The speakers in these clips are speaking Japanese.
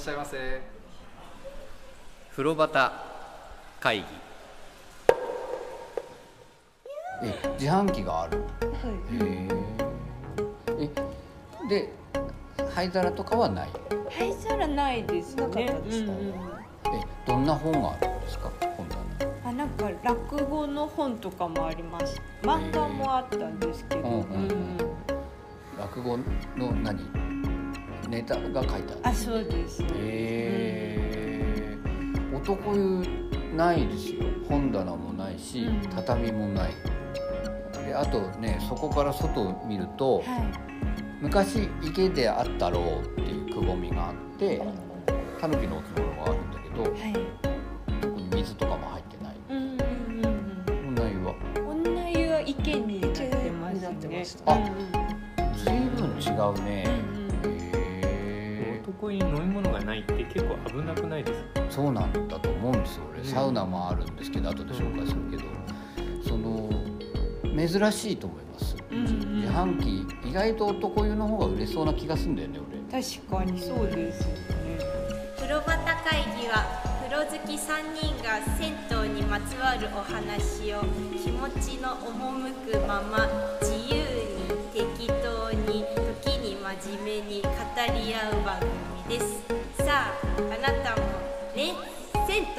しゃいませ。 風呂端会議。 自販機がある。で灰皿とかはない。 灰皿ないですね。 なかったです。 どんな本があるんですか？本棚。 なんか落語の本とかもあります。漫画もあったんですけど、 落語のネタが書いてある。 そうです。 男湯ないですよ。本棚もないし、畳もない。であとね、そこから外を見ると、昔池であったろうっていうくぼみがあって、タヌキのおつものがあるんだけど、特に水とかも入ってない。 女湯は池になってますね。 随分違うね。 男湯に飲み物がないって結構危なくないですか？ そうなんだと思うんですよ。俺サウナもあるんですけど、後で紹介するけど、珍しいと思います。自販機意外と男湯の方が売れそうな気がするんだよね、 俺。確かにそうですよね。 風呂端会議は風呂好き3人が銭湯にまつわるお話を気持ちの赴くまま自由に適当に時に真面目に語り合う番組です。さあ、あなたもね、銭湯。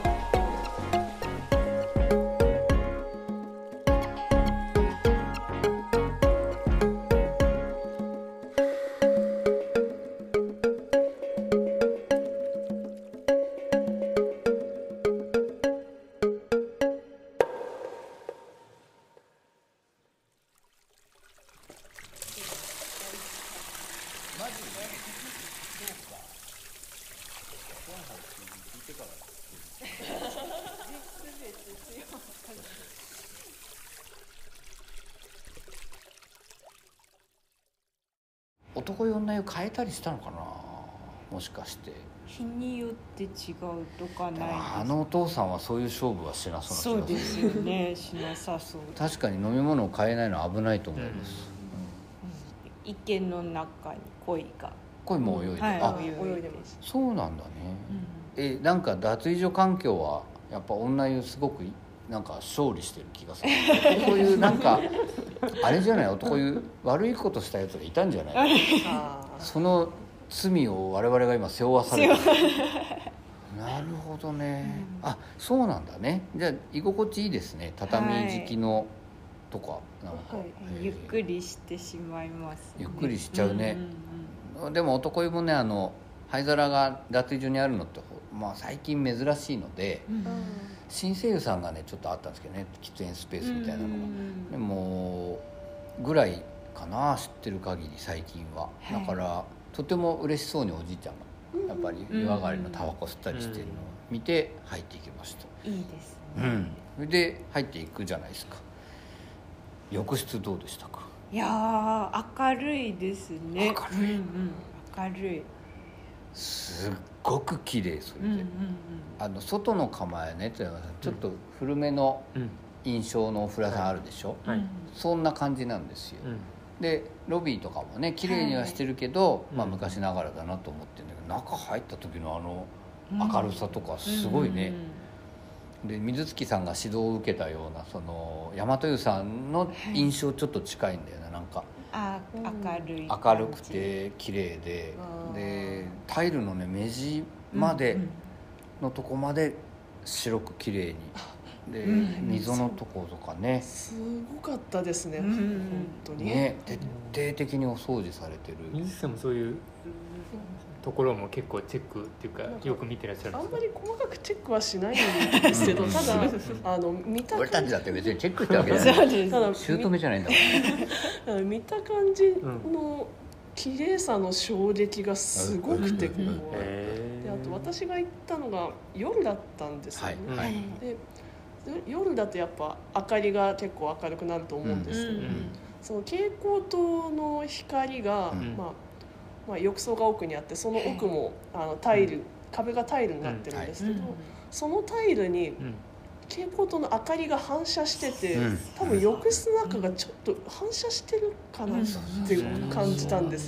男湯女湯変えたりしたのかな、もしかして。 日によって違うとかないですか？ あのお父さんはそういう勝負はしなそうな気がする。 そうですよね、しなさそう。 確かに飲み物を変えないのは危ないと思います。 池の中に鯉も泳いでる。 泳いでます。 そうなんだね。なんか脱衣所環境はやっぱ女湯すごくなんか勝利してる気がする。男湯なんかあれじゃない、男湯悪いことしたやつがいたんじゃない？その罪を我々が今背負わされてる。なるほどね。そうなんだね。じゃあ居心地いいですね。畳敷きのとかなんか、 ゆっくりしてしまいますね。 ゆっくりしちゃうね。でも男湯もね、灰皿が脱衣所にあるのって、最近珍しいので、新声優さんがねちょっとあったんですけどね、喫煙スペースみたいなのが、でもぐらいかな、知ってる限り最近は。だからとても嬉しそうにおじいちゃんがやっぱり湯上がりのタバコ吸ったりしてるのを見て入っていきました。 いいですね。 それで入っていくじゃないですか。浴室どうでしたか？ いや明るいですね。明るい。 すっごく綺麗。それで、外の構えねってちょっと古めの印象のお風呂屋さんあるでしょ、そんな感じなんですよ。でロビーとかもね綺麗にはしてるけど、昔ながらだなと思ってるんだけど、中入った時の明るさとかすごいね。で水月さんが指導を受けたようなその大和湯さんの印象ちょっと近いんだよね。なんか明るくて綺麗で、タイルのね目地までのとこまで白く綺麗にで、溝のとことかねすごかったですね。本当にね、徹底的にお掃除されてる。 水木さんもそういうところも結構チェックっていうかよく見てらっしゃるんですか？ あんまり細かくチェックはしないんですけど、ただ見た俺たちだって別にチェックってわけじゃない。ただ姑じゃないんだもん。見た感じの綺麗さの衝撃がすごくて、であと私が行ったのが夜だったんですよね。で夜だとやっぱ明かりが結構明るくなると思うんですけど、その蛍光灯の光が、浴槽が奥にあって、その奥もタイル、壁がタイルになってるんですけど、そのタイルに蛍光灯の明かりが反射してて、多分浴室の中がちょっと反射してるかなって感じたんです。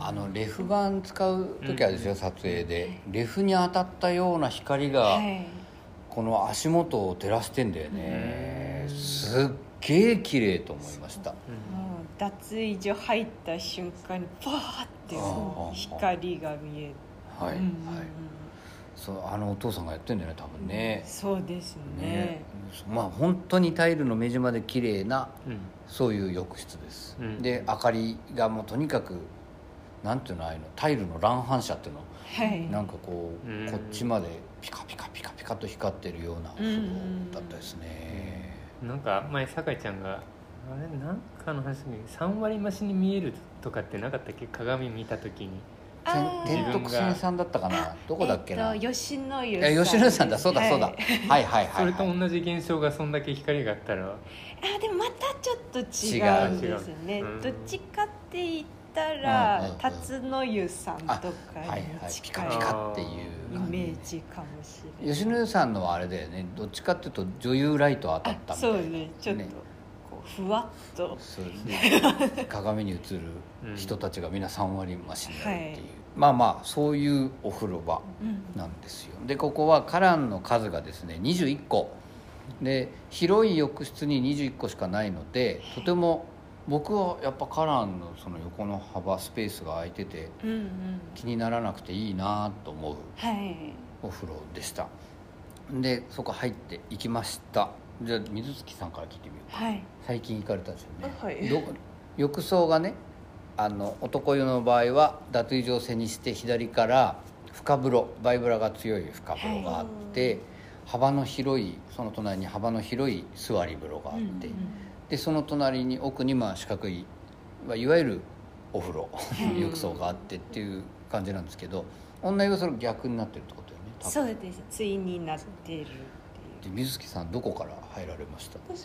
レフ板使う時はですよ、撮影でレフに当たったような光がこの足元を照らしてんだよね。すっげえ綺麗と思いました。 脱衣所入った瞬間にパーって光が見える。 はい、そうお父さんがやってんだよね多分ね。 そうですね。 まあ本当にタイルの目地まで綺麗な、そういう浴室です、で明かりがもうとにかくなんていうの、タイルの乱反射っていうの、なんかこっちまでピカピカピカピカと光ってるようなお風呂だったですね。 なんか前酒井ちゃんがなんかの話に3割増しに見えるとかってなかったっけ、鏡見た時に。 天徳線さんだったかな、どこだっけな、 吉野湯さんだ、そうだそうだ、はいはいはい、 それと同じ現象がそんだけ光があったら、 でもまたちょっと違うんですね。どっちかって言ったら辰野湯さんとかに近いピカピカっていうイメージかもしれない。 吉野湯さんのはあれだよね、どっちかっていうと女優ライト当たったみたいな。 そうね、ちょっとふわっと鏡に映る人たちがみんな3割増しになるっていう、まあまあそういうお風呂場なんですよ。でここは花壇の数がですね21個で、広い浴室に21個しかないので、とても僕はやっぱ花壇のその横の幅スペースが空いてて気にならなくていいなと思うお風呂でした。でそこ入っていきました。じゃあ水月さんから聞いてみようか、最近行かれたんですよね、浴槽がね、男湯の場合は脱衣所を背にして左から深風呂、バイブラが強い深風呂があって、幅の広い、その隣に幅の広い座り風呂があって、でその隣に奥に四角いいわゆるお風呂浴槽があってっていう感じなんですけど、女湯はそれ逆になってるってことよね。 そうです、対になってる。 水月さんどこから入られました？ 私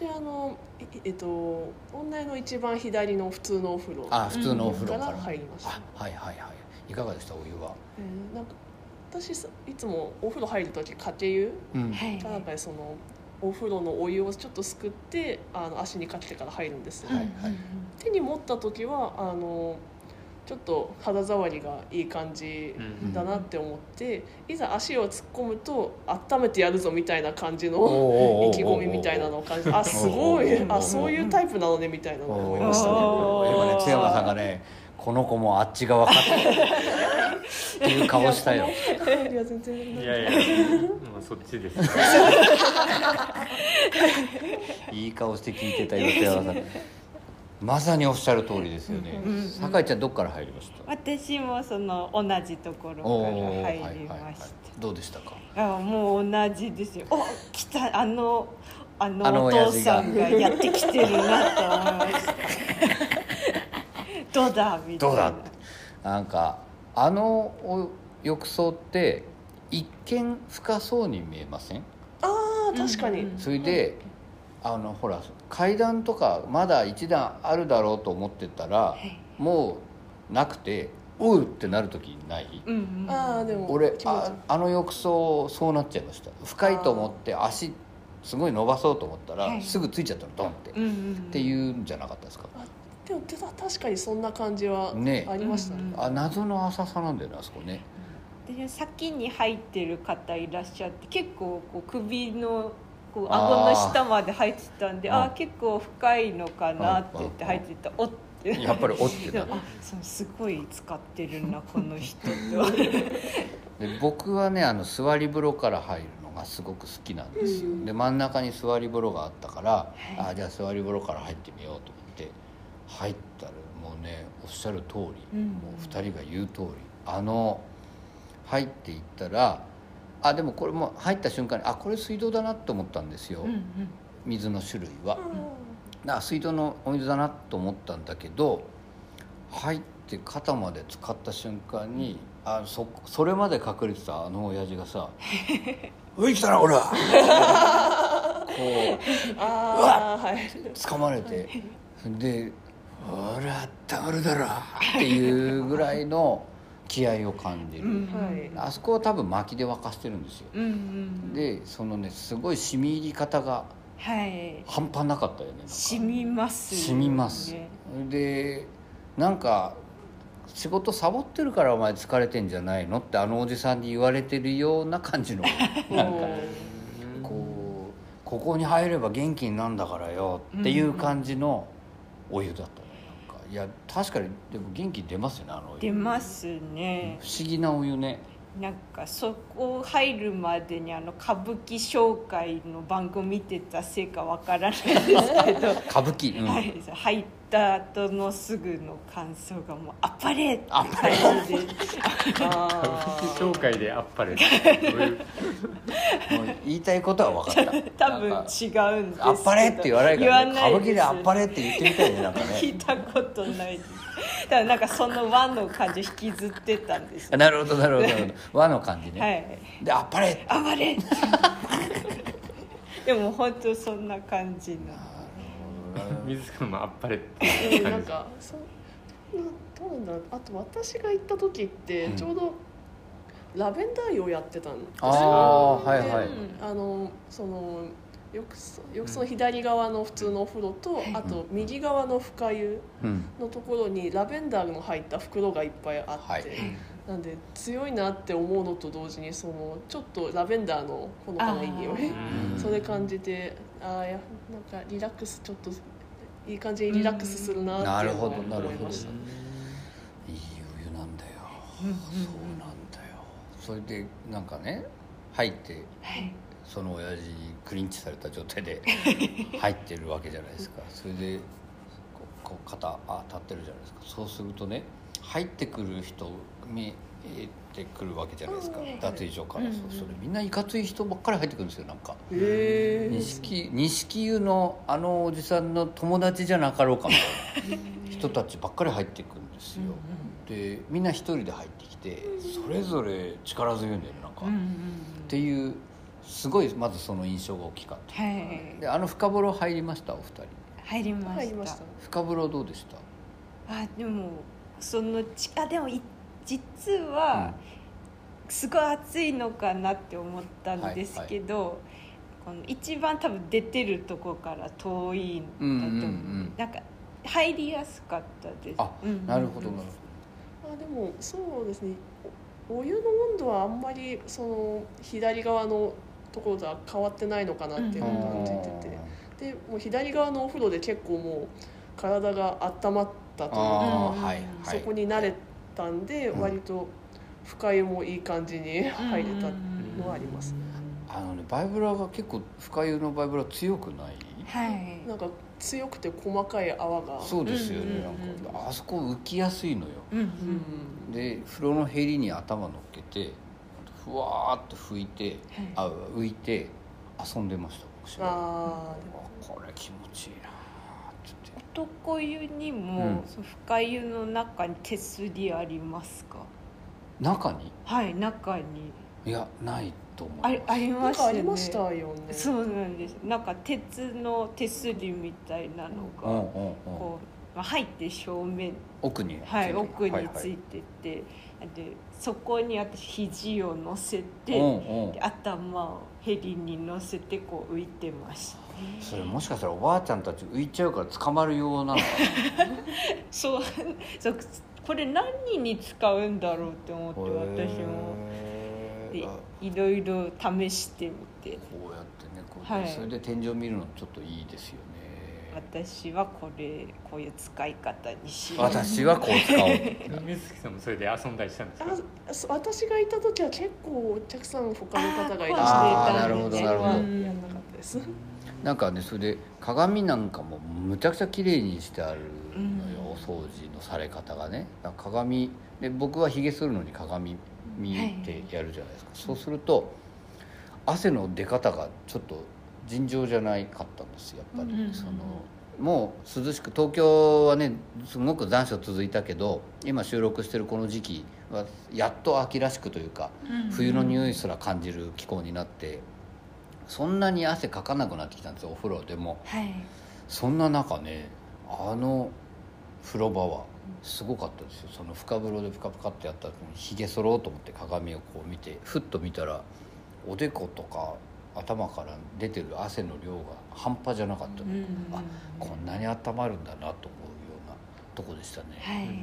女湯の一番左の普通のお風呂から入りました。 はいはいはい。いかがでしたお湯は？ なんか私いつもお風呂入る時かけ湯かなんかでそのお風呂のお湯をちょっとすくって足にかけてから入るんですよ、手に持った時はちょっと肌触りがいい感じだなって思って、いざ足を突っ込むと温めてやるぞみたいな感じの意気込みみたいなのを感じて、すごい、そういうタイプなのねみたいなのを思いましたね。 今ね津山さんがね、この子もあっちが分かってっていう顔したよ。 いや全然いやもうそっちです。 いい顔して聞いてたよ津山さん。まさにおっしゃる通りですよね。酒井ちゃんどっから入りました？ 私もその同じところから入りました。 どうでしたか？ もう同じですよ。来たあのお父さんがやってきてるなと思いました。どうだみたいな。 なんか浴槽って一見深そうに見えません？ 確かに。 それでほら階段とかまだ一段あるだろうと思ってたら、もうなくてうってなる時ない？ でも俺浴槽そうなっちゃいました。深いと思って足すごい伸ばそうと思ったら、すぐついちゃったのドンって、っていうんじゃなかったですか？ でも確かにそんな感じはありましたね。 謎の浅さなんだよねあそこね。 で先に入ってる方いらっしゃって、結構首の顎の下まで入ってたんで、結構深いのかなって言って入ってた。 やっぱりおってなる。 すごい使ってるなこの人と。 で僕はね座り風呂から入るのがすごく好きなんですよ。で真ん中に座り風呂があったから、じゃあ座り風呂から入ってみようと思って入ったら、もうねおっしゃる通り、もう2人が言う通り入っていったら、でもこれも入った瞬間にこれ水道だなと思ったんですよ、水の種類は。水道のお水だなと思ったんだけど、入って肩まで浸かった瞬間にそれまで隠れてた親父がさ「おい来たなこれは!」こううわっ掴まれて、で「ほらあったまるだろ」っていうぐらいの気合を感じる、あそこは多分薪で沸かしてるんですよ、でそのねすごい染み入り方が半端なかったよね。 染みます、 染みます。でなんか仕事サボってるからお前疲れてんじゃないのっておじさんに言われてるような感じのなんかここに入れば元気になんだからよっていう感じのお湯だったね。なんかいや確かにでも元気出ますよね、お湯出ますね。 不思議なお湯ね。 なんかそこ入るまでに歌舞伎紹介の番組見てたせいかわからないですけど歌舞伎、 はい、入った後のすぐの感想がもうあっぱれって感じで歌舞伎紹介であっぱれもう言いたいことは分かった多分違うんですけどあっぱれって言わないからね。歌舞伎でであっぱれって言ってみたいね、なんかね聞いたことないです。だからなんかその和の感じを引きずってたんですよ。 なるほどなるほどなるほど和の感じね、 はい、 であっぱれあっぱれでも本当そんな感じの水木もあっぱれってなんかどうなんだろう。あと私が行った時ってちょうどラベンダー湯をやってたんですよ。 はいはい、 よくその左側の普通のお風呂と、あと右側の深湯のところにラベンダーの入った袋がいっぱいあって、なんで強いなって思うのと同時にちょっとラベンダーのほのかないい匂いそれ感じて、なんかリラックス、ちょっといい感じにリラックスするなっていうのを思いました。 いいお湯なんだよ、そうなんだよ。それでなんかね入って、その親父にクリンチされた状態で入ってるわけじゃないですか。それでこう肩立ってるじゃないですか。そうするとね、入ってくる人見えてくるわけじゃないですか、脱衣所から。それみんないかつい人ばっかり入ってくるんですよ。なんか錦湯のおじさんの友達じゃなかろうかみたいな人たちばっかり入ってくるんですよ。でみんな一人で入ってきて、それぞれ力強いんだよね、なんか、っていうすごい、まずその印象が大きかった、で深風呂入りました？お二人入りました。 深風呂どうでした？ でもでも実はすごい暑いのかなって思ったんですけど、この一番多分出てるとこから遠いんだと思う、なんか入りやすかったです。 なるほどなるほど。でもそうですね、お湯の温度はあんまり左側のところとは変わってないのかなっていうのを感じてて、でもう左側のお風呂で結構もう体が温まったというか、そこに慣れたんで、割と深湯もいい感じに入れたのはあります。 バイブラが結構深湯のバイブラ強くない？ なんか強くて細かい泡が。 そうですよね、なんかあそこ浮きやすいのよ、で風呂のへりに頭乗っけてふわーって浮いて遊んでました。これ気持ちいいなって言って。 男湯にも、深湯の中に手すりありますか？ 中に？ はい、中に。いや、ないと思います。 ありましたね。 ありましたよね。 そうなんです。なんか鉄の手すりみたいなのがこう入って正面奥に、 奥についてて、でそこに私肘を乗せて、頭をヘリに乗せてこう浮いてました。 それもしかしたらおばあちゃんたち浮いちゃうから捕まるようなのかなそうこれ何に使うんだろうって思って、私もいろいろ試してみて、 こうやってね、それで天井見るのちょっといいですよね。 私はこういう使い方にしよう。 私はこう使おう水木さんもそれで遊んだりしたんですか？ 私がいた時は結構お客さん他の方がいらしていたんで、 なるほどやんなかったです。 なんかね、それで鏡なんかもむちゃくちゃ綺麗にしてあるのよ、お掃除のされ方がね。鏡で僕はひげ剃るのに鏡見てやるじゃないですか、そうすると汗の出方がちょっと尋常じゃないかったんですよ、やっぱり。もう涼しく、東京はねすごく残暑続いたけど、今収録してるこの時期はやっと秋らしくというか、冬の匂いすら感じる気候になって、そんなに汗かかなくなってきたんですよ、お風呂でも。そんな中ね、風呂場はすごかったですよ。その深風呂でプカプカってやった後にひげ剃ろうと思って鏡をこう見て、ふっと見たらおでことか頭から出てる汗の量が半端じゃなかったの、こんなに温まるんだなと思うようなとこでしたね。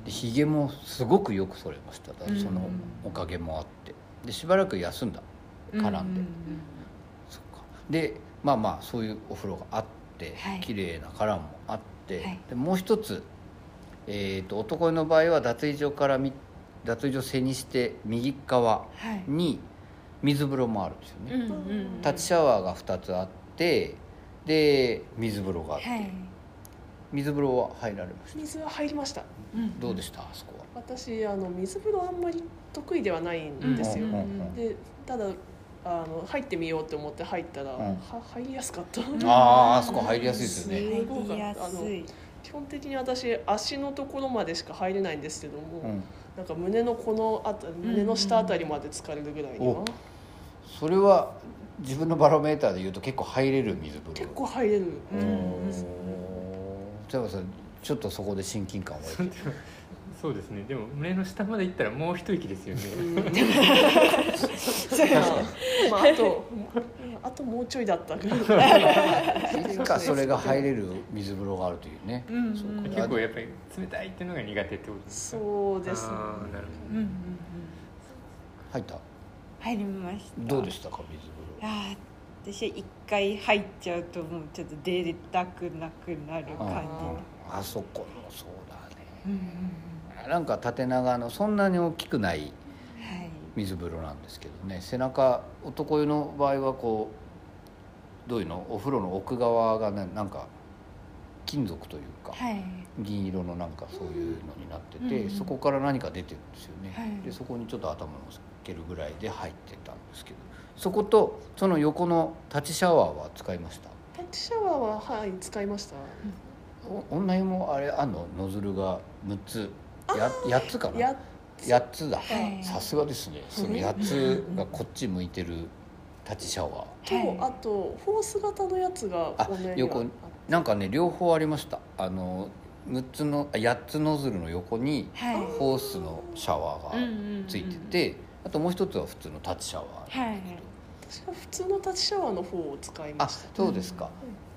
でひげもすごくよく剃れました。そのおかげもあってでしばらく休んだ、絡んで、そっか。でまあまあそういうお風呂があって、綺麗なカラーもあって、でもう一つ、男湯の場合は脱衣所背にして右側に水風呂もあるんですよね、立ちシャワーが2つあってで水風呂があって、水風呂は入られました？ 水は入りました。 どうでした？あそこは。 私水風呂あんまり得意ではないんですよ、でただ入ってみようって思って入ったら、入りやすかった。 あそこ入りやすいですよね。 入りやすい。 基本的に私足のところまでしか入れないんですけども、なんか胸の胸の下あたりまで浸かれるぐらいには。 それは自分のバロメーターでいうと結構入れる水風呂。 結構入れる。 じゃあさちょっとそこで親近感を覚えて。 そうですね。でも胸の下まで行ったらもう一息ですよね。 まああともうちょいだった。いつかそれが入れる水風呂があるというね。 結構やっぱり冷たいっていうのが苦手ってことですか？ そうですね。 なるほど。 入った？ 入りました。 どうでしたか水風呂？ 私は一回入っちゃうともうちょっと出たくなくなる感じ。あそこのそうだね。なんか縦長のそんなに大きくない水風呂なんですけどね、背中男湯の場合はこうどういうのお風呂の奥側がねなんか金属というか、銀色のなんかそういうのになってて、そこから何か出てるんですよね、でそこにちょっと頭をつけるぐらいで入ってたんですけど、そことその横の立ちシャワーは使いました？ 立ちシャワーは使いました。 女湯もあれノズルが6つ8つかな、8つだ、さすがですね。その8つがこっち向いてる立ちシャワーと、あとホース型のやつが横なんかね両方ありました。8つノズルの横にホースのシャワーがついてて、あともう一つは普通の立ちシャワー、 私は普通の立ちシャワーの方を使いました。 そうですか、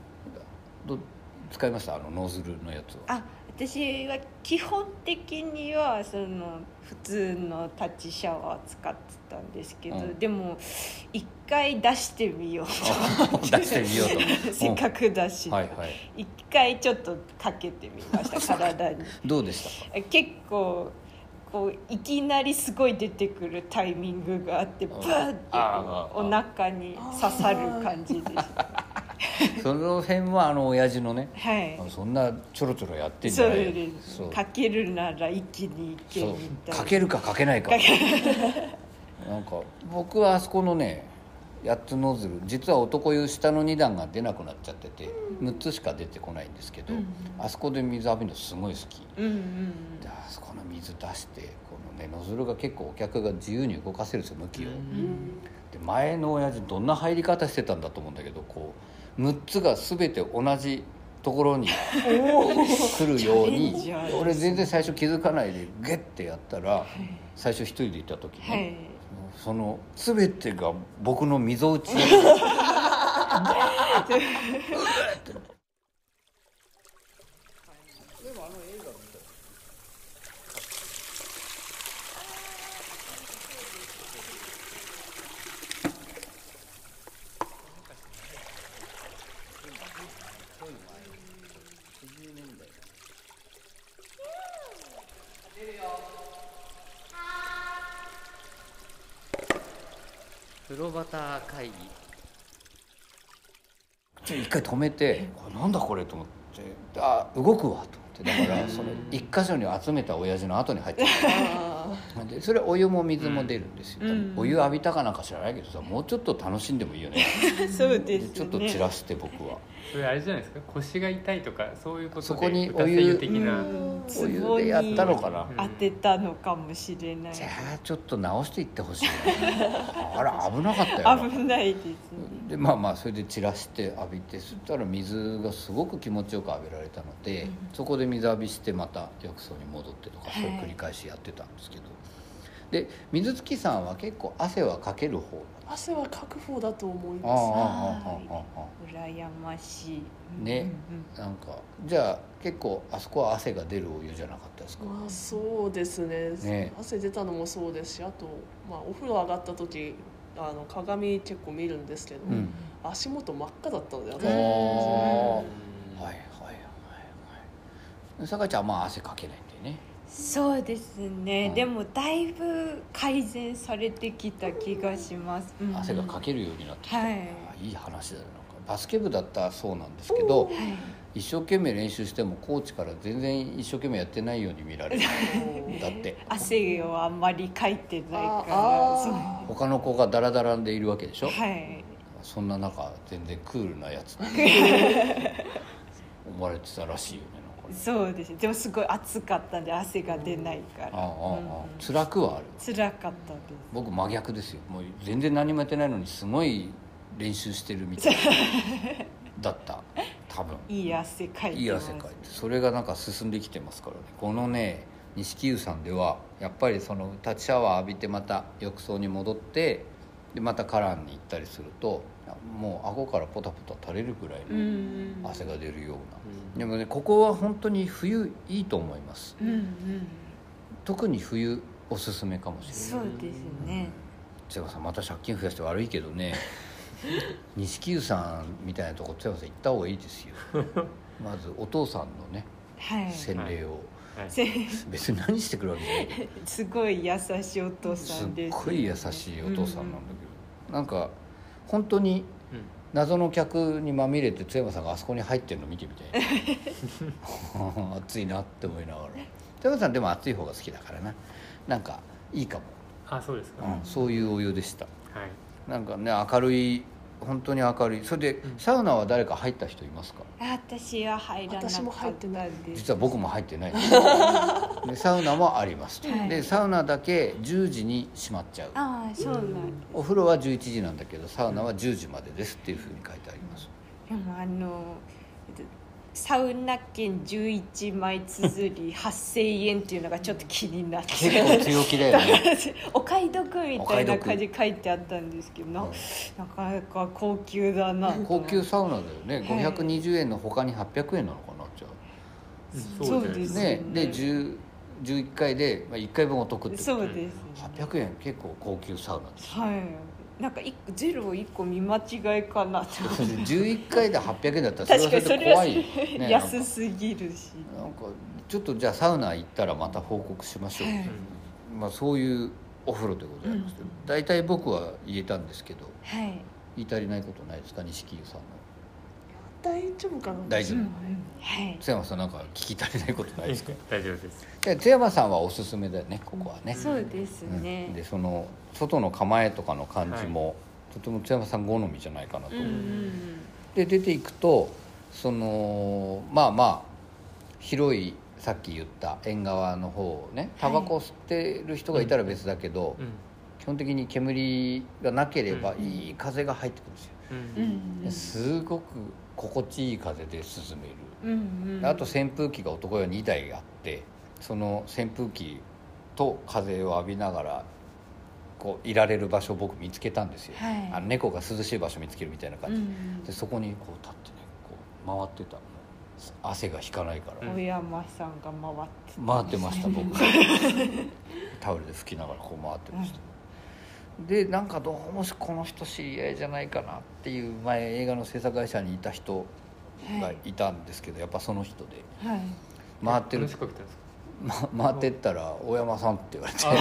使いましたノズルのやつは？ 私は基本的にはその普通の立ちシャワー使ってたんですけど、でも一回出してみようと出してみようとせっかくだし、一回ちょっとかけてみました体に。どうでしたか？結構こういきなりすごい出てくるタイミングがあってバーってお腹に刺さる感じでした。 その辺は親父のね、そんなちょろちょろやってんじゃない。 そうかけるなら一気にいけみたいな。 かけるかかけないかなんか僕はあそこのね8つノズル、実は男湯下の2段が出なくなっちゃってて、6つしか出てこないんですけど、あそこで水浴びるのすごい好き、であそこの水出してこのねノズルが結構お客が自由に動かせるんですよ、向きを、で前の親父どんな入り方してたんだと思うんだけど、こう6つが全て同じところに来るように俺全然最初気づかないでゲッてやったら、最初一人で行った時に、その全てが僕の溝落ちで風呂端会議。 一回止めて、なんだこれと思って、動くわと思って、だからその一箇所に集めた親父の後に入ってでそれお湯も水も出るんですよ、お湯浴びたかなんか知らないけどさ、もうちょっと楽しんでもいいよねそうですね、 ちょっと散らして僕はそれあれじゃないですか、腰が痛いとかそういうことでそこにお湯的なお湯でやったのかな、 当てたのかもしれない。 じゃあちょっと直していってほしいあら危なかったよ危ないですね。 でまあそれで散らして浴びて、そしたら水がすごく気持ちよく浴びられたので、そこで水浴びしてまた浴槽に戻ってとか、それ繰り返しやってたんですけど、 で水月さんは結構汗はかける方？ 汗はかく方だと思います。 羨ましいね、なんかじゃあ結構あそこは汗が出るお湯じゃなかったですか？ そうですね。汗出たのもそうですし、あと、お風呂上がった時鏡結構見るんですけど、足元真っ赤だったので、私酒井ちゃんは汗かけないんだよね。 そうですね、でもだいぶ改善されてきた気がします、 汗がかけるようになってきた、いい話だよ。なんかバスケ部だったらそうなんですけど、一生懸命練習してもコーチから全然一生懸命やってないように見られるだって汗をあんまりかいてないから他の子がダラダラでいるわけでしょ、そんな中全然クールなやつ思われてたらしいよね。 そうです。でもすごい暑かったんで汗が出ないから、 辛くはある。 辛かったです。 僕真逆ですよ。もう全然何もやってないのにすごい練習してるみたいだった多分。 いい汗かいてます。いい汗かいて、 それがなんか進んできてますからね。このね錦湯さんではやっぱりその立ちシャワー浴びてまた浴槽に戻ってでまたカランに行ったりするともう顎からポタポタ垂れるぐらいの汗が出るような、でもねここは本当に冬いいと思います、特に冬おすすめかもしれない。 そうですね。 津山さんまた借金増やして悪いけどね錦湯さんみたいなとこ津山さん行った方がいいですよまずお父さんのね、洗礼を、別に何してくるわけじゃないけどすごい優しいお父さんです。 すっごい優しいお父さんなんだけど、なんか本当に謎の客にまみれて津山さんがあそこに入ってるの見てみたい暑いなって思いながら。津山さんでも暑い方が好きだからな、なんかいいかも。 そうですか、 そういうお湯でした、なんかね明るい、本当に明るい。それで、サウナは誰か入った人いますか？ 私は入らなかった。私も入ってないです。 実は僕も入ってないでサウナもありますと、でサウナだけ10時に閉まっちゃう。 そうなんです。 お風呂は11時なんだけどサウナは10時までですっていうふうに書いてあります。 でもサウナ券11枚綴り8000円っていうのがちょっと気になって結構強気だよねお買い得みたいな感じで書いてあったんですけど、なかなか高級だな。 高級サウナだよね、520円の他に800円なのかな。じゃあそうですね。 で11回で1回分お得ってこと。 そうです、 800円結構高級サウナです、 なんかゼロ1個見間違いかなと 11回で800円だったらそれはそれで怖い、ね、 安すぎるし、 なんかちょっとじゃあサウナ行ったらまた報告しましょう、そういうお風呂でございます、大体僕は言えたんですけど、言い足りないことないですか？錦湯さんの。 大丈夫かな。 大丈夫、津山さんなんか聞き足りないことないですか？ 大丈夫です。 津山さんはおすすめだよね、ここはね。 そうですね、 でその外の構えとかの感じも、とても津山さん好みじゃないかなと思う、で出ていくとその広いさっき言った縁側の方をね、タバコ吸ってる人がいたら別だけど、基本的に煙がなければいい風が入ってくるんですよ、すごく心地いい風で進める、あと扇風機が男用2台あって、その扇風機と風を浴びながらこういられる場所を僕見つけたんですよ、猫が涼しい場所見つけるみたいな感じ、でそこにこう立ってねこう回ってた、汗が引かないから、 小山さんが回ってました僕タオルで拭きながらこう回ってました、でなんかどうもこの人知り合いじゃないかなっていう、前映画の制作会社にいた人がいたんですけど、やっぱその人で、回ってる、回ってったら「大山さん」って言われて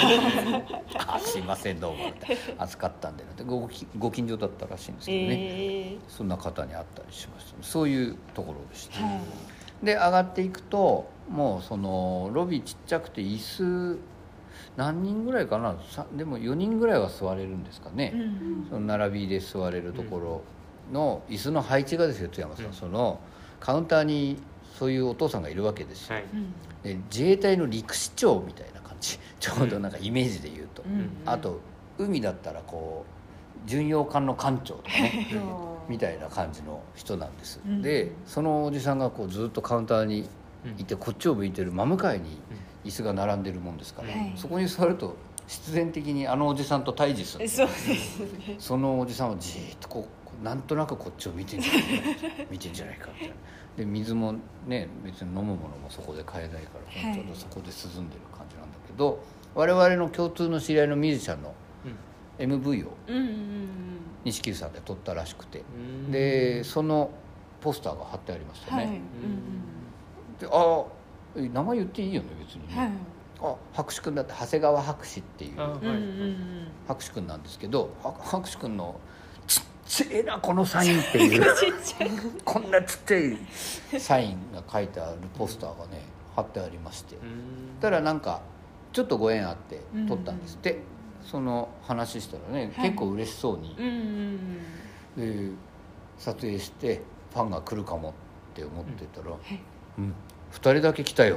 「あすいませんどうも」って暑かったんでご近所だったらしいんですけどね、そんな方に会ったりしました、そういうところでした、で上がっていくともうそのロビーちっちゃくて椅子何人ぐらいかな、でも4人ぐらいは座れるんですかね、その並びで座れるところの椅子の配置がですよ、津山さん、そのカウンターにそういうお父さんがいるわけですよ、で自衛隊の陸士長みたいな感じ、ちょうどなんかイメージで言うと、あと海だったらこう巡洋艦の艦長とかねみたいな感じの人なんです、でそのおじさんがこうずっとカウンターにいて、こっちを向いてる真向かいに椅子が並んでるもんですから、そこに座ると必然的にあのおじさんと対峙する。 そうですね。 そのおじさんはじーっとこうなんとなくこっちを見てんじゃないか見てんじゃないかみたいな。で水もね別に飲むものもそこで買えないから、ちょうどそこで涼んでる感じなんだけど、我々の共通の知り合いのミュージシャンの MV を錦木さんで撮ったらしくて、でそのポスターが貼ってありましたね。で名前言っていいよね別にね。博士くんだって長谷川博士っていう博士くんなんですけど、博士くんのちっちゃいなこのサインっていうこんなちっちゃいサインが書いてあるポスターがね貼ってありまして、ただなんかちょっとご縁あって撮ったんですって。その話したらね、結構嬉しそうに、で撮影してファンが来るかもって思ってたら、2人だけ来たよ。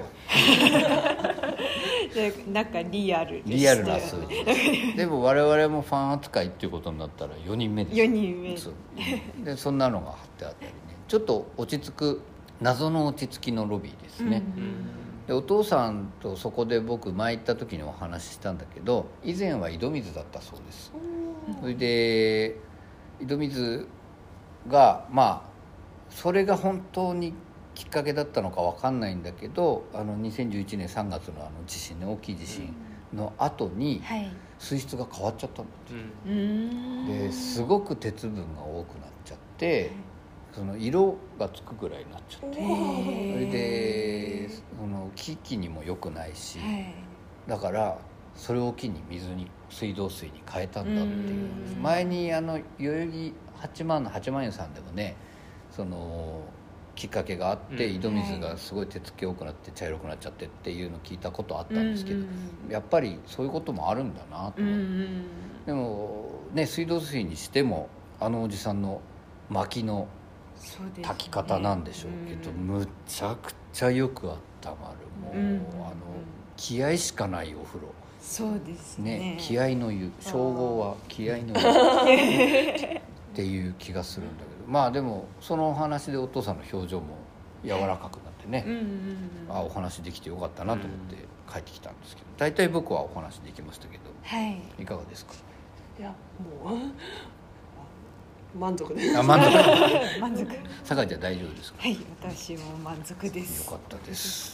なんかリアルでしたよね。 リアルな数字でも我々もファン扱いっていうことになったら4人目です。 4人目でそんなのが貼ってあったりね、ちょっと落ち着く謎の落ち着きのロビーですね。でお父さんとそこで僕前行った時にお話ししたんだけど、以前は井戸水だったそうです。それで井戸水がそれが本当にきっかけだったのか分かんないんだけど、2011年3月の地震ね、大きい地震の後に水質が変わっちゃったんだって。ですごく鉄分が多くなっちゃって、その色がつくぐらいになっちゃって、それでその機器にも良くないし、だからそれを機に水道水に変えたんだっていう。前に代々木八幡湯さんでもね、そのきっかけがあって井戸水がすごい手つき多くなって茶色くなっちゃってっていうのを聞いたことあったんですけど、やっぱりそういうこともあるんだなと思って。でもね、水道水にしてもおじさんの薪の炊き方なんでしょうけど、むちゃくちゃよくあったまる、もう気合しかないお風呂。 そうですね。 気合の湯、称号は気合の湯っていう気がするんだけど、でもそのお話でお父さんの表情も柔らかくなってね、お話できてよかったなと思って帰ってきたんですけど、大体僕はお話できましたけど、いかがですか？ いやもう満足です。 満足。 酒井ちゃん大丈夫ですか？ はい、私も満足です。 よかったです。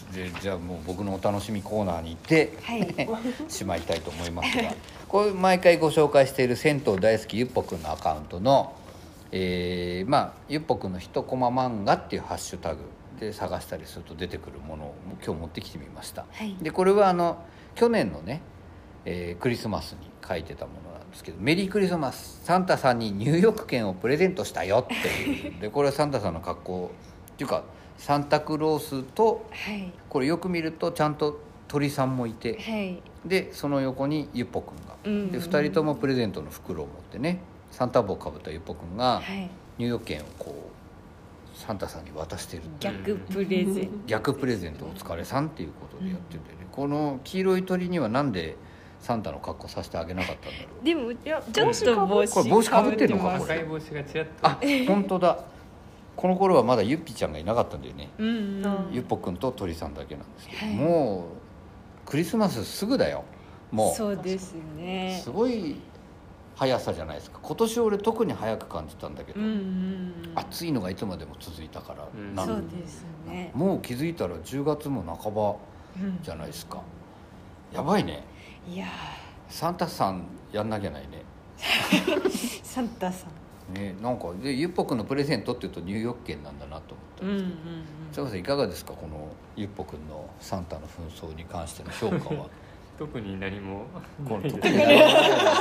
じゃあもう僕のお楽しみコーナーに行ってしまいたいと思いますが、これ毎回ご紹介している銭湯大好きゆっぽくんのアカウントの、ゆっぽくんの一コマ漫画っていうハッシュタグで探したりすると出てくるものを今日持ってきてみました。でこれは去年のね、クリスマスに書いてたものなんですけど、メリークリスマス、サンタさんに入浴券をプレゼントしたよっていうで、これはサンタさんの格好っていうかサンタクロースと、これよく見るとちゃんと鳥さんもいて、でその横にゆっぽくんが、で2人ともプレゼントの袋を持ってね、サンタ帽をかぶったゆっぽくんが入浴券をこうサンタさんに渡してるっていう逆プレゼント、 逆プレゼントお疲れさんっていうことでやっててね、この黄色い鳥にはなんでサンタの格好させてあげなかったんだろう。 でもちょっと帽子かぶってるのか、これ。 赤い帽子がちらっと。 本当だ。この頃はまだゆっぴちゃんがいなかったんだよね。ゆっぽくんと鳥さんだけなんですけど、もうクリスマスすぐだよ。もうそうですね。 すごい速さじゃないですか。今年俺特に早く感じたんだけど、暑いのがいつまでも続いたから、 そうですね。 もう気づいたら10月も半ばじゃないですか。やばいね。 いやサンタさんやんなきゃないね。 サンタさんね、なんかでゆっぽくんのプレゼントっていうと入浴券なんだなと思ったんですけど、坂さんいかがですか、このゆっぽくんのサンタの紛争に関しての評価は？ 特に何もこれ特に何も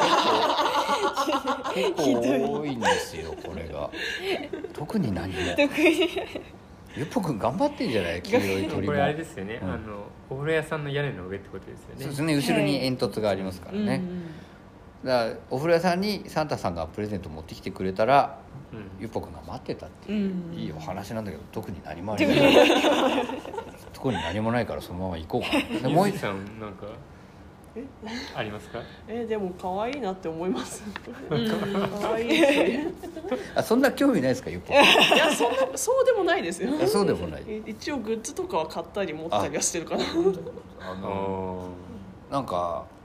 結構多いんですよこれが。特に何も。ゆっぽくん頑張ってんじゃない？黄色い鳥も。 これあれですよね、お風呂屋さんの屋根の上ってことですよね。 そうですね、後ろに煙突がありますからね。だからお風呂屋さんにサンタさんがプレゼント持ってきてくれたら、ゆっぽくんが待ってたっていう、いいお話なんだけど、特に何もありません。特に何もないからそのまま行こうかな。 もう一さんなんかありますか？ でも可愛いなって思います。可愛いし。 そんな興味ないですか、ゆっぽくん？ いやそうでもないですよ。 そうでもない。 一応グッズとかは買ったり持ったりはしてるかな。 なんか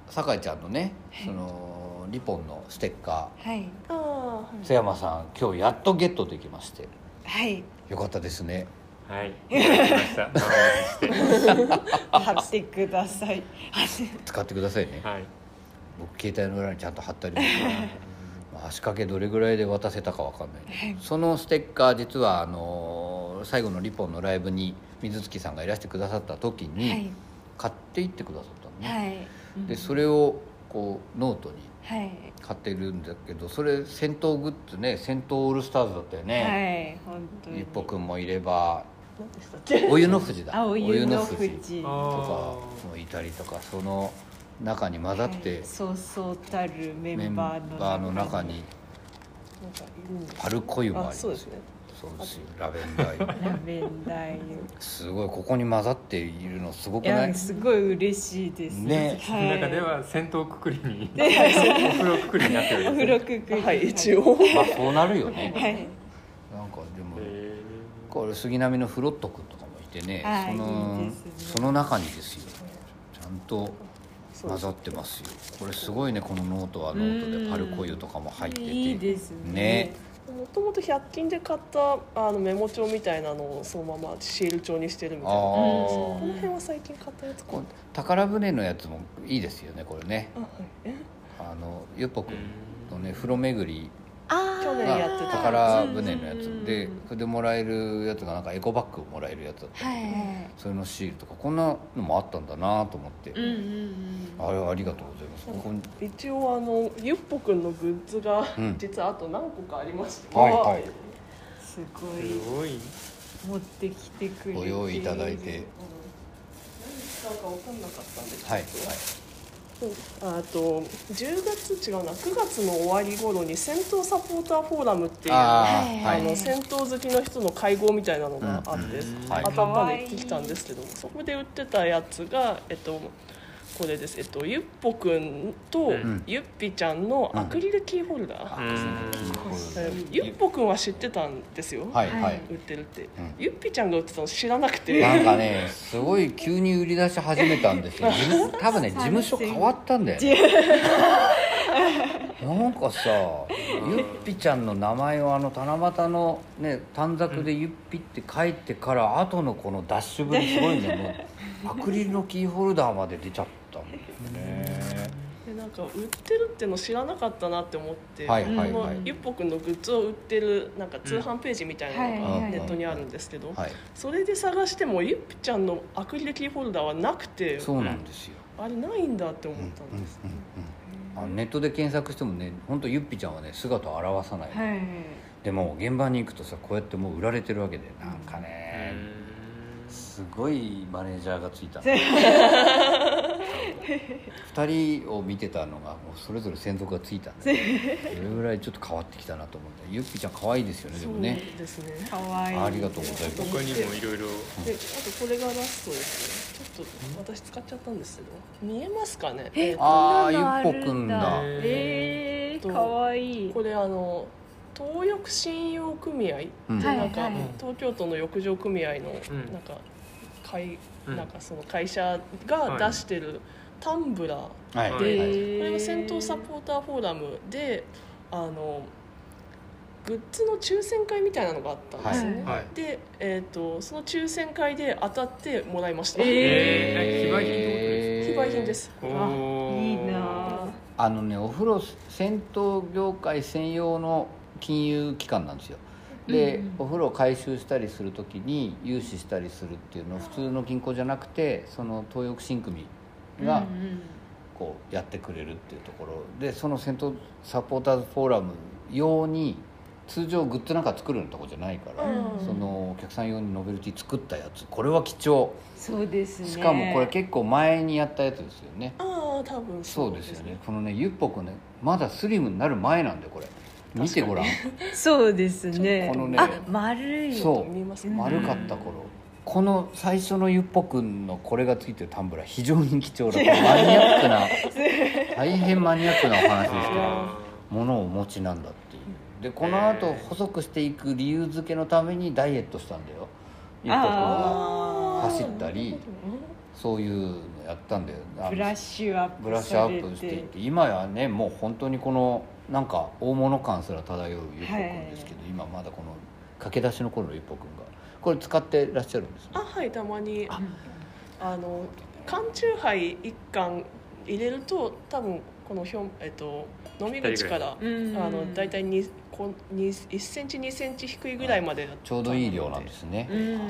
酒井ちゃんのね、そのリポンのステッカー、 はい、 津山さん今日やっとゲットできまして、 はい、 よかったですね。 はい、いただきました。 貼ってください。 使ってくださいね。 はい、 僕携帯の裏にちゃんと貼ってありますから足掛けどれぐらいで渡せたかわかんない、ね、そのステッカー実は最後のリポンのライブに水月さんがいらしてくださった時に買っていってくださったのね、はい、でそれをこうノートに買ってるんだけど、それ戦闘グッズね、戦闘オールスターズだったよね。はい、本当にゆっぽくんもいればお湯の富士だ、お湯の富士とかもいたりとか、その中に混ざって、 そうそうたるメンバーの中にパルコ湯もあります。 そうですね、 そうですよ、ラベンダー湯ラベンダー湯すごいここに混ざっているのすごくない？ いやすごい嬉しいですね。 その中では戦闘くくりにお風呂くくりになってるんです。 お風呂くくり、 はい、一応まあそうなるよね。 はい、 なんかでもこれ杉並のフロット君とかもいてね、その中にですよちゃんと混ざってますよ。これすごいね、このノートはノートでパルコ湯とかも入ってていいですね。 もともと100均で買ったメモ帳みたいなのをそのままシール帳にしてるみたいな。この辺は最近買ったやつか。 宝船のやつもいいですよね、これね。 はい、 ゆっぽくんのね風呂巡り去年やってた宝船のやつで、それでもらえるやつがなんかエコバッグをもらえるやつだったんで、それのシールとかこんなのもあったんだなと思って、あれはありがとうございます。 一応ゆっぽくんのグッズが実はあと何個かありまして、 はいはい、 すごい持ってきてくれてご用意いただいて、 何使うか分かんなかったんですけど、 はいあと10月違うな9月の終わり頃に戦闘サポーターフォーラムっていう戦闘好きの人の会合みたいなのがあって、頭で行ってきたんですけども、そこで売ってたやつがこれです。ゆっぽくんとゆっぴちゃんのアクリルキーホルダー、ゆっぽくんは知ってたんですよ、 はいはい、 売ってるって、ゆっぴちゃんが売ってたの知らなくて、 なんかねすごい急に売り出し始めたんですよ多分ね事務所変わったんだよねなんかさゆっぴちゃんの名前を七夕のね短冊でゆっぴって書いてから後のこのダッシュぶりすごいんだよねアクリルのキーホルダーまで出ちゃったんですね。 でなんか売ってるっての知らなかったなって思って、ゆっぽくんのグッズを売ってるなんか通販ページみたいなのがネットにあるんですけど、それで探してもゆっぴちゃんのアクリルキーホルダーはなくて、 そうなんですよ、 あれないんだって思ったんです、 ネットで検索してもね本当ゆっぴちゃんはね姿を現さない、でも現場に行くとさこうやってもう売られてるわけで、なんかねすごいマネージャーがついた2人を見てたのがもうそれぞれ専属がついたんで、それぐらいちょっと変わってきたなと思って。ゆっぴちゃん可愛いですよね。でもね、 そうですね、 可愛い。 ありがとうございます。 他にもいろいろ、 あとこれがラストですね。ちょっと私使っちゃったんですけど、見えますかね。 ゆっぽくんだ。 可愛い。 これ東浴信用組合ってなんか東京都の浴場組合のなんかなんかその会社が出してるタンブラーで、これは戦闘サポーターフォーラムでグッズの抽選会みたいなのがあったんですね、で、その抽選会で当たってもらいました。 非売品ってことですか？ 非売品です。 いいな。 お風呂銭湯業界専用の金融機関なんですよ。で、お風呂を回収したりするときに融資したりするっていうのを普通の銀行じゃなくて、その東浴新組がこうやってくれるっていうところで、その戦闘サポーターズフォーラム用に通常グッズなんか作るとこじゃないから、そのお客さん用にノベルティ作ったやつ、これは貴重。 そうですね。 しかもこれ結構前にやったやつですよね。 多分そうですよね。このねゆっぽくねまだスリムになる前なんで、これ見てごらん。 そうですね。 このね、 丸い。 そう、丸かった頃、この最初のゆっぽくんのこれがついてるタンブラー非常に貴重だ。マニアックな大変マニアックなお話ですけど、ものをお持ちなんだっていう。でこの後細くしていく理由付けのためにダイエットしたんだよ。ゆっぽくんが走ったりそういうのややったんだよ。 ブラッシュアップブラッシュアップしていて、今やねもう本当にこのなんか大物感すら漂うゆっぽくんですけど、今まだこの駆け出しの頃のゆっぽくんがこれ使ってらっしゃるんですね。 はい、たまに缶チューハイ1缶入れると多分この飲み口からだいたい1センチ2センチ低いぐらいまでちょうどいい量なんですね。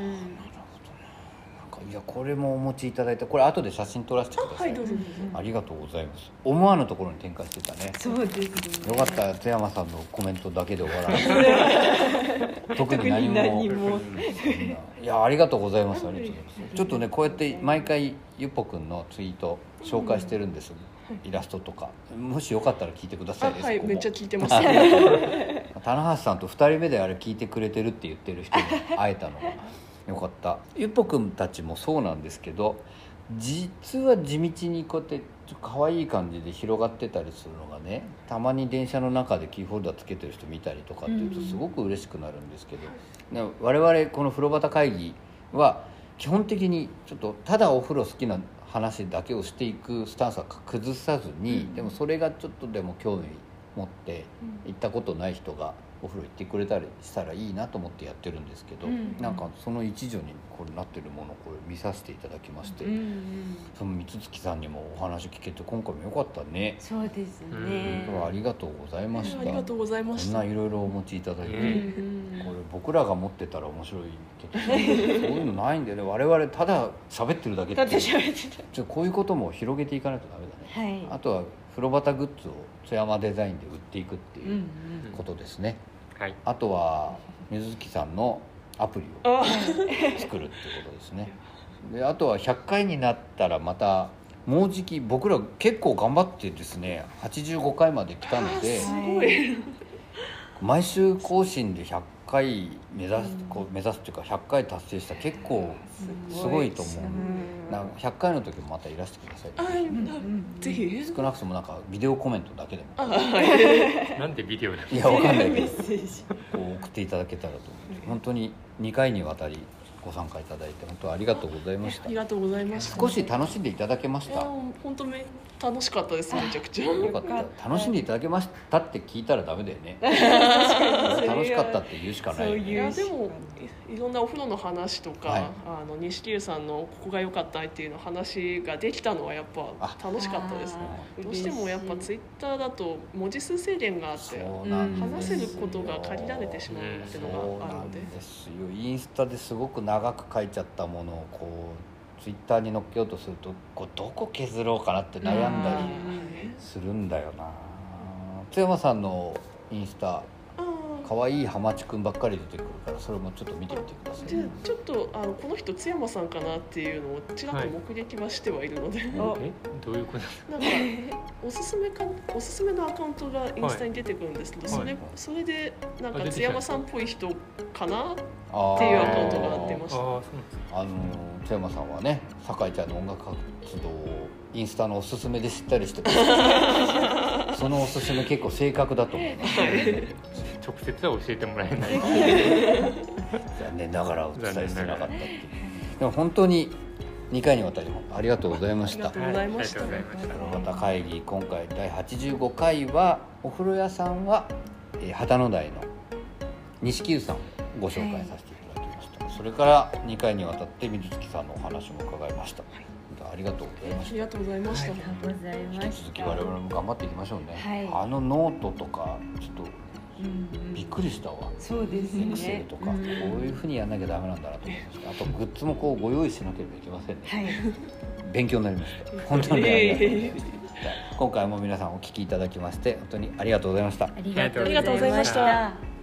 いやこれもお持ちいただいて、これ後で写真撮らせてください。 どうぞどうぞ。 ありがとうございます。思わぬところに展開してたね。 そうですね。 よかった津山さんのコメントだけで終わらない特に何もいやありがとうございます。ありがとうございます。ちょっとねこうやって毎回ゆっぽくんのツイート紹介してるんです、イラストとかもしよかったら聞いてくださいね。 はい、めっちゃ聞いてます。 棚橋さんと2人目であれ聞いてくれてるって言ってる人に会えたのがよかった。ゆっぽくんたちもそうなんですけど、実は地道にこうやって可愛い感じで広がってたりするのがね、たまに電車の中でキーホルダーつけてる人見たりとかっていうとすごく嬉しくなるんですけど、我々この風呂旗会議は基本的にちょっとただお風呂好きな話だけをしていくスタンスは崩さずに、でもそれがちょっとでも興味持って行ったことない人がお風呂行ってくれたりしたらいいなと思ってやってるんですけど、なんかその一助にこれなってるものをこれ見させていただきまして、その三月さんにもお話聞けて今回もよかったね。 そうですね。 ありがとうございました。 ありがとうございました。 こんないろいろお持ちいただいて、これ僕らが持ってたら面白いけど、そういうのないんでね。我々ただ喋ってるだけってちょっとこういうことも広げていかないとダメだね。あとは風呂旗グッズを津山デザインで売っていくっていうことですね。あとは水月さんのアプリを作るっていうことですね。であとは100回になったらまたもうじき僕ら結構頑張ってですね85回まで来たので、 すごい毎週更新で100回目指すというか100回達成したら結構すごいと思う。100回の時もまたいらしてください。 ぜひ。 少なくともなんかビデオコメントだけでも。 なんでビデオだ。 いやわかんないけど、こう送っていただけたらと思って、本当に2回にわたりご参加いただいて本当ありがとうございました。 ありがとうございました。 少し楽しんでいただけました。 本当に楽しかったです。めちゃくちゃよかった。楽しんでいただけましたって聞いたらダメだよね。楽しかったって言うしかないよね。 いやでもいろんなお風呂の話とか、錦湯さんのここが良かったっていうの話ができたのはやっぱ楽しかったですね。どうしてもやっぱツイッターだと文字数制限があって話せることが限られてしまうっていうのがあるので。 インスタですごく長く書いちゃったものをこうツイッターに載っけようとするとこうどこ削ろうかなって悩んだりするんだよな。津山さんのインスタ可愛いハマチくんばっかり出てくるからそれもちょっと見てみてください。 じゃあちょっとこの人津山さんかなっていうのをちらっと目撃はしてはいるので、 どういうこと？ なんかおすすめのアカウントがインスタに出てくるんですけど、それでなんか津山さんっぽい人かなっていうアカウントが出ました。 津山さんはね酒井ちゃんの音楽活動をインスタのおすすめで知ったりしてますそのおすすめ結構正確だと思います、 直接は教えてもらえない残念ながらお伝えしてなかったっていう。でも本当に2回にわたりありがとうございました。 ありがとうございました。 風呂旗会議今回第85回はお風呂屋さんは旗の台の錦湯さんをご紹介させていただきました、それから2回にわたって水月さんのお話も伺いました、ありがとうございました。 ありがとうございました。 引き続き我々も頑張っていきましょうね、ノートとかちょっとびっくりしたわ。 そうですね。 エクセルとかこういうふうにやんなきゃダメなんだなと思いました。あとグッズもこうご用意しなければいけませんね、勉強になりました本当にありがとうございました今回も皆さんお聞きいただきまして本当にありがとうございました。 ありがとうございました。